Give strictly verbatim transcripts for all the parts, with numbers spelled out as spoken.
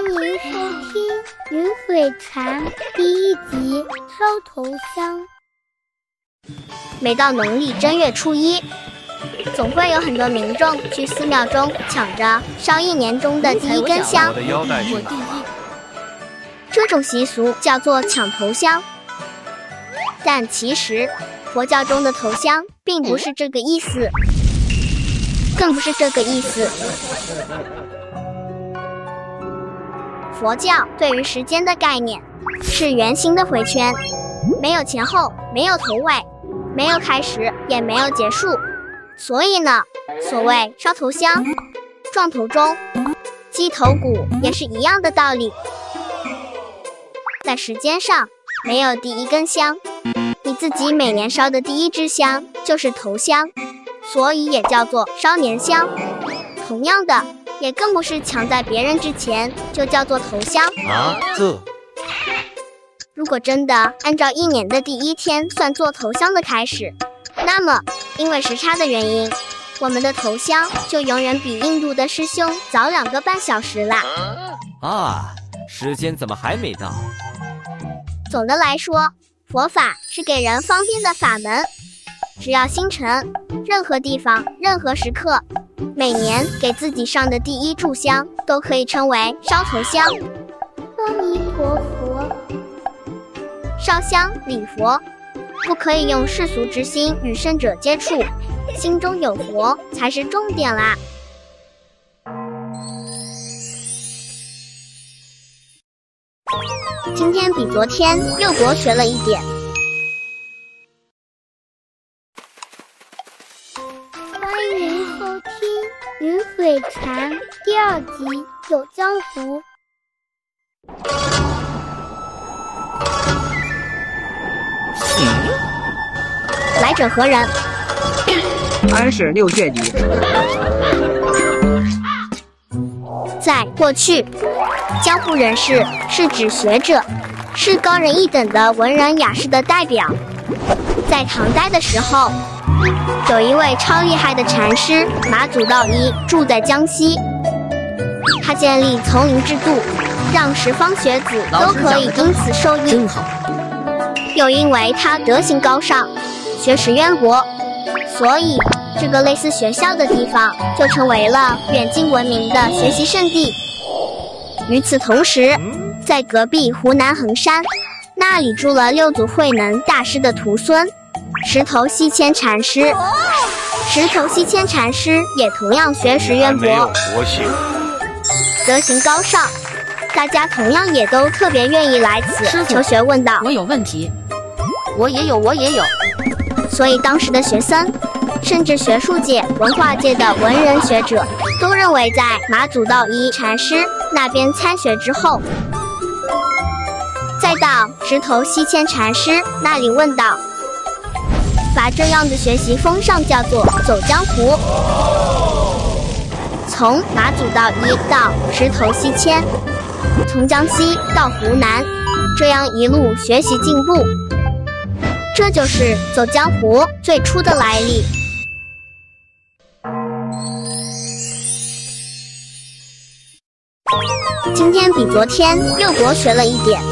迎收听《云水禅》第一集烧头香。 每到农历正月初一，总会有很多民众去寺庙中抢着烧一年中的第一根香。 我第一。 这种习俗叫做抢头香，但其实佛教中的头香并不是这个意思，更不是这个意思。佛教对于时间的概念是圆形的回圈，没有前后，没有头尾，没有开始，也没有结束。所以呢，所谓烧头香、撞头钟、击头鼓也是一样的道理。在时间上没有第一根香，你自己每年烧的第一支香就是头香，所以也叫做烧年香。同样的，也更不是抢在别人之前就叫做头香啊。这如果真的按照一年的第一天算作头香的开始，那么因为时差的原因，我们的头香就永远比印度的师兄早两个半小时啦。 啊，时间怎么还没到？ 总的来说，佛法是给人方便的法门，只要心诚，任何地方任何时刻，每年给自己上的第一炷香都可以称为烧头香。 阿弥陀佛。 烧香礼佛，不可以用世俗之心与圣者接触，心中有佛才是重点啦。今天比昨天又博学了一点。 欢迎收听《云水禅》第二集《走江湖》。 来者何人？ 俺是六学弟。 在过去，江湖人士是指学者，是高人一等的文人雅士的代表。在唐代的时候，有一位超厉害的禅师马祖道一住在江西，他建立丛林制度，让十方学子都可以因此受益。 真好。 又因为他德行高尚，学识渊博，所以这个类似学校的地方就成为了远近闻名的学习圣地。与此同时，在隔壁湖南衡山，那里住了六祖慧能大师的徒孙石头西迁禅师。石头西迁禅师也同样学识渊博，德行高尚，大家同样也都特别愿意来此求学问道。 我有问题。 我也有，我也有。 所以当时的学僧，甚至学术界、文化界的文人学者，都认为在马祖道一禅师那边参学之后，再到石头西迁禅师那里问道，把这样的学习风尚叫做走江湖。从马祖道一到石头西迁，从江西到湖南，这样一路学习进步，这就是走江湖最初的来历。今天比昨天又博学了一点。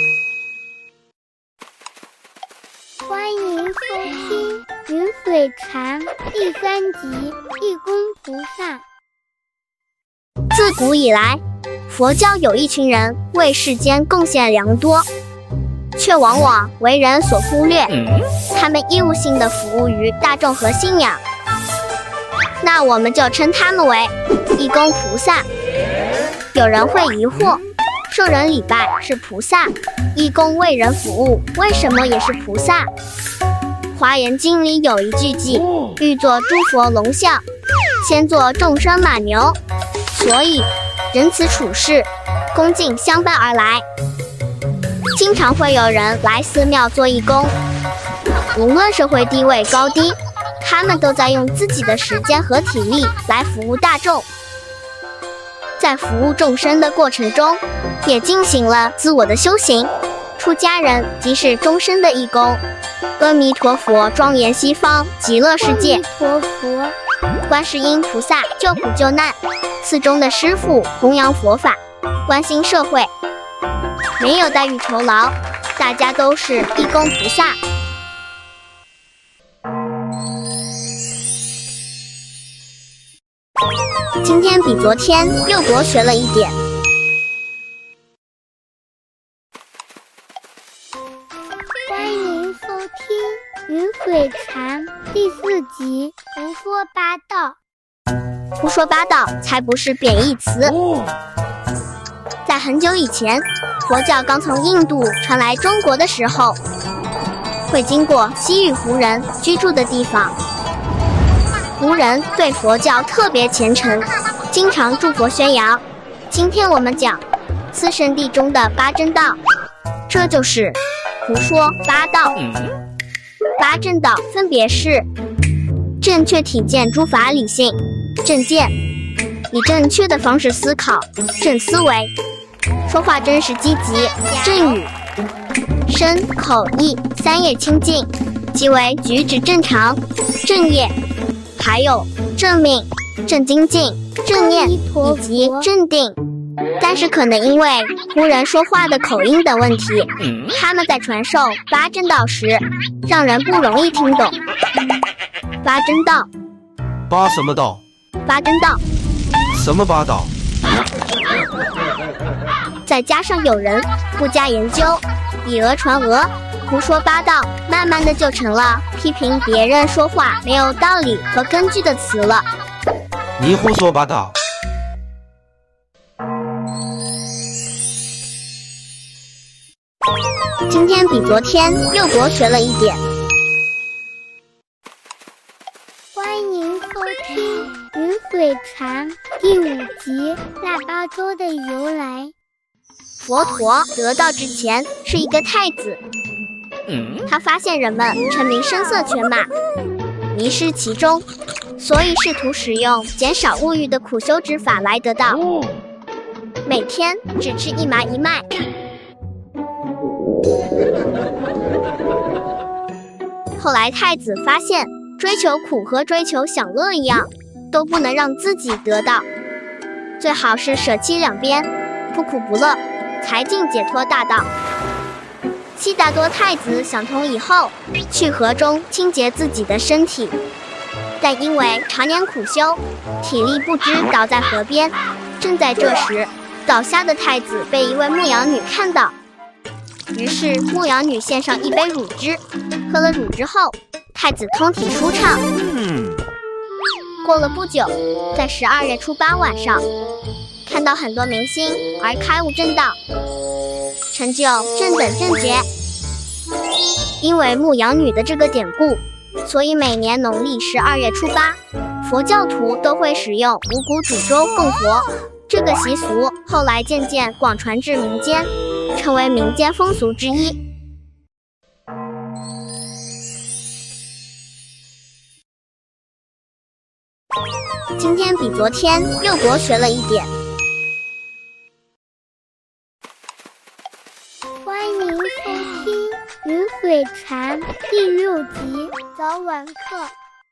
欢迎收听《云水禅》第三集《地宫菩萨》。 自古以来，佛教有一群人为世间贡献良多，却往往为人所忽略。他们义务性的服务于大众和信仰，那我们就称他们为义工菩萨。有人会疑惑，受人礼拜是菩萨，义工为人服务为什么也是菩萨？华严经里有一句记，欲作诸佛龙象，先作众生马牛，所以仁慈处事，恭敬相伴而来。经常会有人来寺庙做义工，无论社会地位高低，他们都在用自己的时间和体力来服务大众。在服务众生的过程中，也进行了自我的修行。出家人即是终身的义工。阿弥陀佛庄严西方极乐世界。 阿弥陀佛。 观世音菩萨救苦救难，寺中的师父弘扬佛法， 关心社会，没有待遇酬劳，大家都是义工菩萨。今天比昨天又多学了一点。 欢迎收听《云水禅》第四集《胡说八道》。 胡说八道才不是贬义词。在很久以前，佛教刚从印度传来中国的时候，会经过西域胡人居住的地方。胡人对佛教特别虔诚，经常祝佛宣扬。今天我们讲四圣谛中的八正道，这就是胡说八道。八正道分别是：正确体见诸法理性，正见，以正确的方式思考，正思维；说话真实积极，正语；身口意三业清净，即为举止正常，正业；还有正命、正精进、正念以及正定。但是可能因为胡人说话的口音的问题，他们在传授八正道时，让人不容易听懂。八正道， 八什么道？ 八正道， 什么八道？ 再加上有人不加研究，以讹传讹，胡说八道，慢慢的就成了批评别人说话没有道理和根据的词了。 你胡说八道。 今天比昨天又多学了一点。 欢迎收听《云水禅》第五集《腊八粥的由来》。 佛陀得道之前是一个太子，他发现人们沉迷声色犬马，迷失其中，所以试图使用减少物欲的苦修之法来得道。每天只吃一麻一麦。后来太子发现，追求苦和追求享乐一样，都不能让自己得到，最好是舍弃两边，不苦不乐，才进解脱大道。悉达多太子想通以后，去河中清洁自己的身体，但因为常年苦修，体力不支倒在河边。正在这时，倒下的太子被一位牧羊女看到，于是牧羊女献上一杯乳汁，喝了乳汁后，太子通体舒畅。过了不久，在十二月初八晚上，看到很多明星而开悟正道，成就正等正觉。因为牧羊女的这个典故，所以每年农历十二月初八，佛教徒都会使用五谷煮粥供佛。这个习俗后来渐渐广传至民间，成为民间风俗之一。今天比昨天又多学了一点。 欢迎收听《云水禅》第六集早晚课。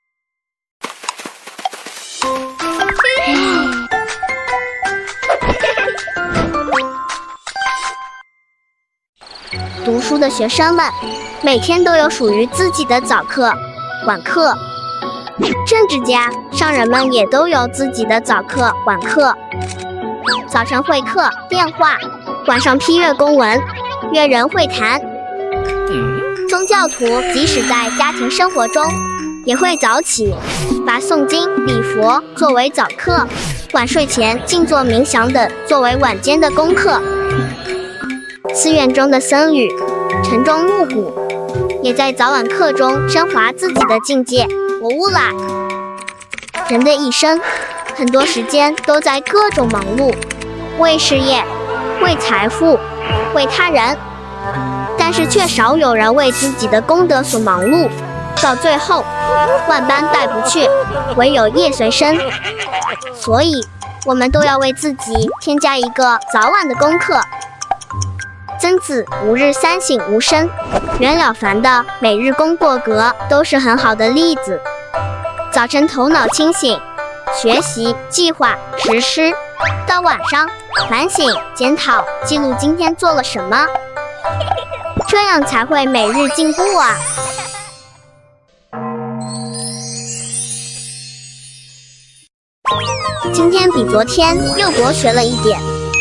读书的学生们每天都有属于自己的早课、晚课。政治家、商人们也都有自己的早课、晚课。早晨会客、电话，晚上批阅公文、约人会谈。宗教徒即使在家庭生活中，也会早起，把诵经、礼佛作为早课，晚睡前静坐冥想等作为晚间的功课。寺院中的僧侣晨钟暮鼓，也在早晚课中升华自己的境界。我悟啦！人的一生，很多时间都在各种忙碌，为事业、为财富、为他人，但是却少有人为自己的功德所忙碌，到最后万般带不去，唯有业随身。所以，我们都要为自己添加一个早晚的功课。曾子吾日三省吾身，袁了凡的每日功过格都是很好的例子。早晨头脑清醒，学习、计划、实施到晚上反省检讨，记录今天做了什么，这样才会每日进步啊！今天比昨天又多学了一点。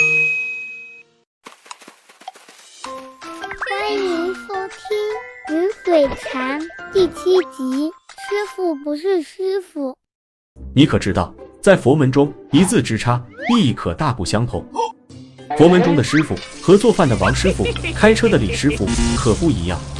欢迎收听《云水禅》第七集。师傅不是师傅。 你可知道，在佛门中一字之差，意义可大不相同。佛门中的师傅和做饭的王师傅、开车的李师傅可不一样。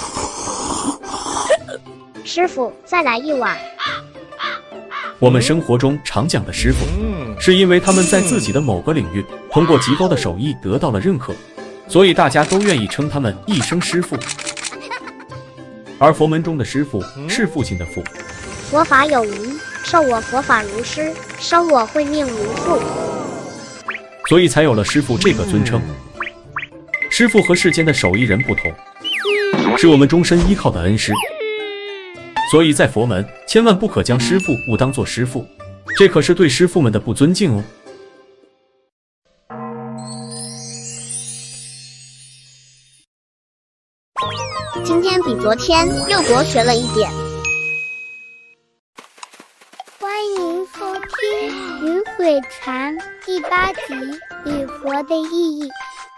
师傅，再来一碗。 我们生活中常讲的师傅，是因为他们在自己的某个领域通过极高的手艺得到了认可，所以大家都愿意称他们一声师傅。而佛门中的师傅是父亲的父。 佛法有云：授我佛法如师，收我慧命如父。 所以才有了师傅这个尊称。师傅和世间的手艺人不同，是我们终身依靠的恩师。所以在佛门，千万不可将师傅误当作师傅，这可是对师傅们的不尊敬哦。 今天比昨天又多学了一点。 欢迎收听《云水禅》第八集《礼佛的意义》。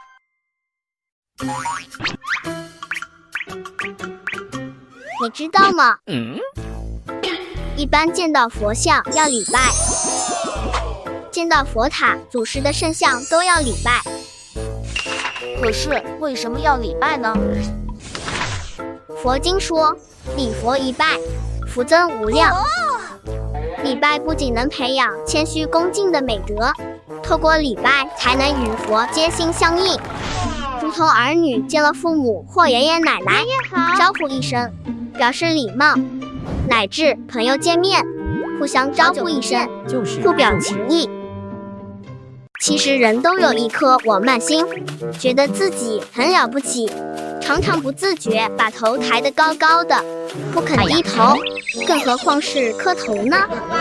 你知道吗？嗯，一般见到佛像要礼拜，见到佛塔、祖师的圣像都要礼拜。 可是为什么要礼拜呢？ 佛经说，礼佛一拜，福增无量。礼拜不仅能培养谦虚恭敬的美德，透过礼拜才能与佛接心相应，如同儿女见了父母或爷爷奶奶，招呼一声，表示礼貌；乃至朋友见面，互相招呼一声，互表情谊。其实人都有一颗我慢心，觉得自己很了不起，常常不自觉把头抬得高高的，不肯低头，更何况是磕头呢？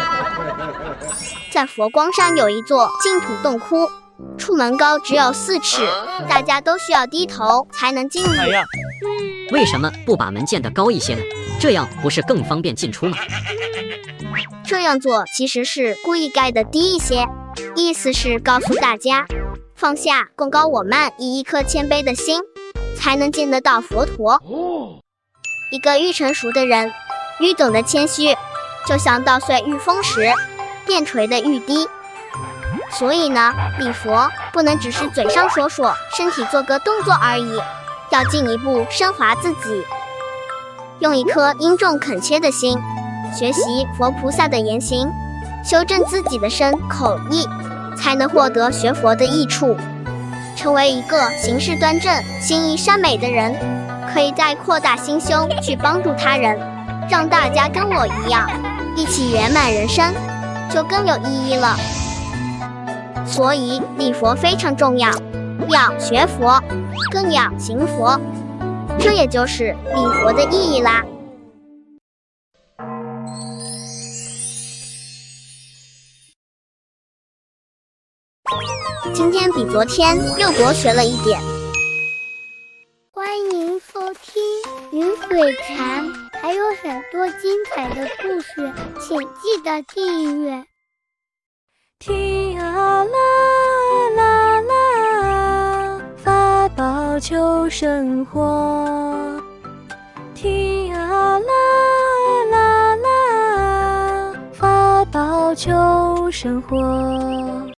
在佛光山有一座净土洞窟，出门高只有四尺，大家都需要低头才能进入。 哎呀，为什么不把门建得高一些呢？这样不是更方便进出吗？ 这样做其实是故意盖得低一些，意思是告诉大家，放下贡高我慢，以一颗谦卑的心，才能见得到佛陀。一个愈成熟的人，愈懂得谦虚，就像稻穗愈丰实，便垂得愈低。所以呢，礼佛不能只是嘴上说说，身体做个动作而已，要进一步升华自己，用一颗殷重恳切的心，学习佛菩萨的言行，修正自己的身口意，才能获得学佛的益处，成为一个行事端正、心意善美的人，可以再扩大心胸去帮助他人，让大家跟我一样，一起圆满人生，就更有意义了。所以礼佛非常重要，要学佛，更要行佛，这也就是礼佛的意义啦。今天比昨天又多学了一点。 欢迎收听《云水禅》，还有很多精彩的故事，请记得订阅。 提啊啦啦啦，法宝求生活。提啊啦啦啦，法宝求生活。